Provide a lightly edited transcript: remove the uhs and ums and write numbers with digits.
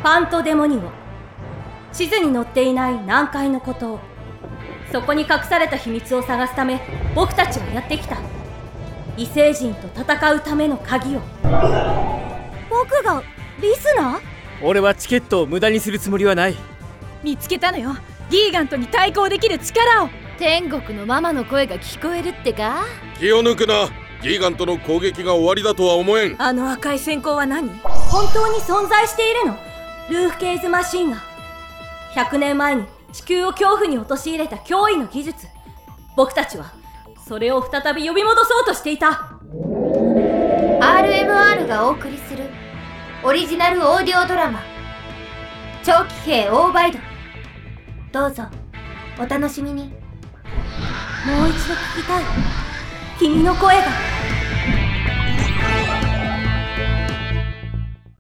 パントデモニオ、地図に載っていない南海の孤島、そこに隠された秘密を探すため僕たちはやってきた。異星人と戦うための鍵を。 僕がリスナー？ 俺はチケットを無駄にするつもりはない。 見つけたのよ、ギーガントに対抗できる力を。 天国のママの声が聞こえるってか。 気を抜くな。ギーガントの攻撃が終わりだとは思えん。 あの赤い閃光は何？ 本当に存在しているの？ルーフケーズマシンが100年前に地球を恐怖に陥れた驚異の技術。僕たちはそれを再び呼び戻そうとしていた。 RMR がお送りするオリジナルオーディオドラマ長期兵オーバイド、どうぞお楽しみに。 もう一度聞きたい、君の声が。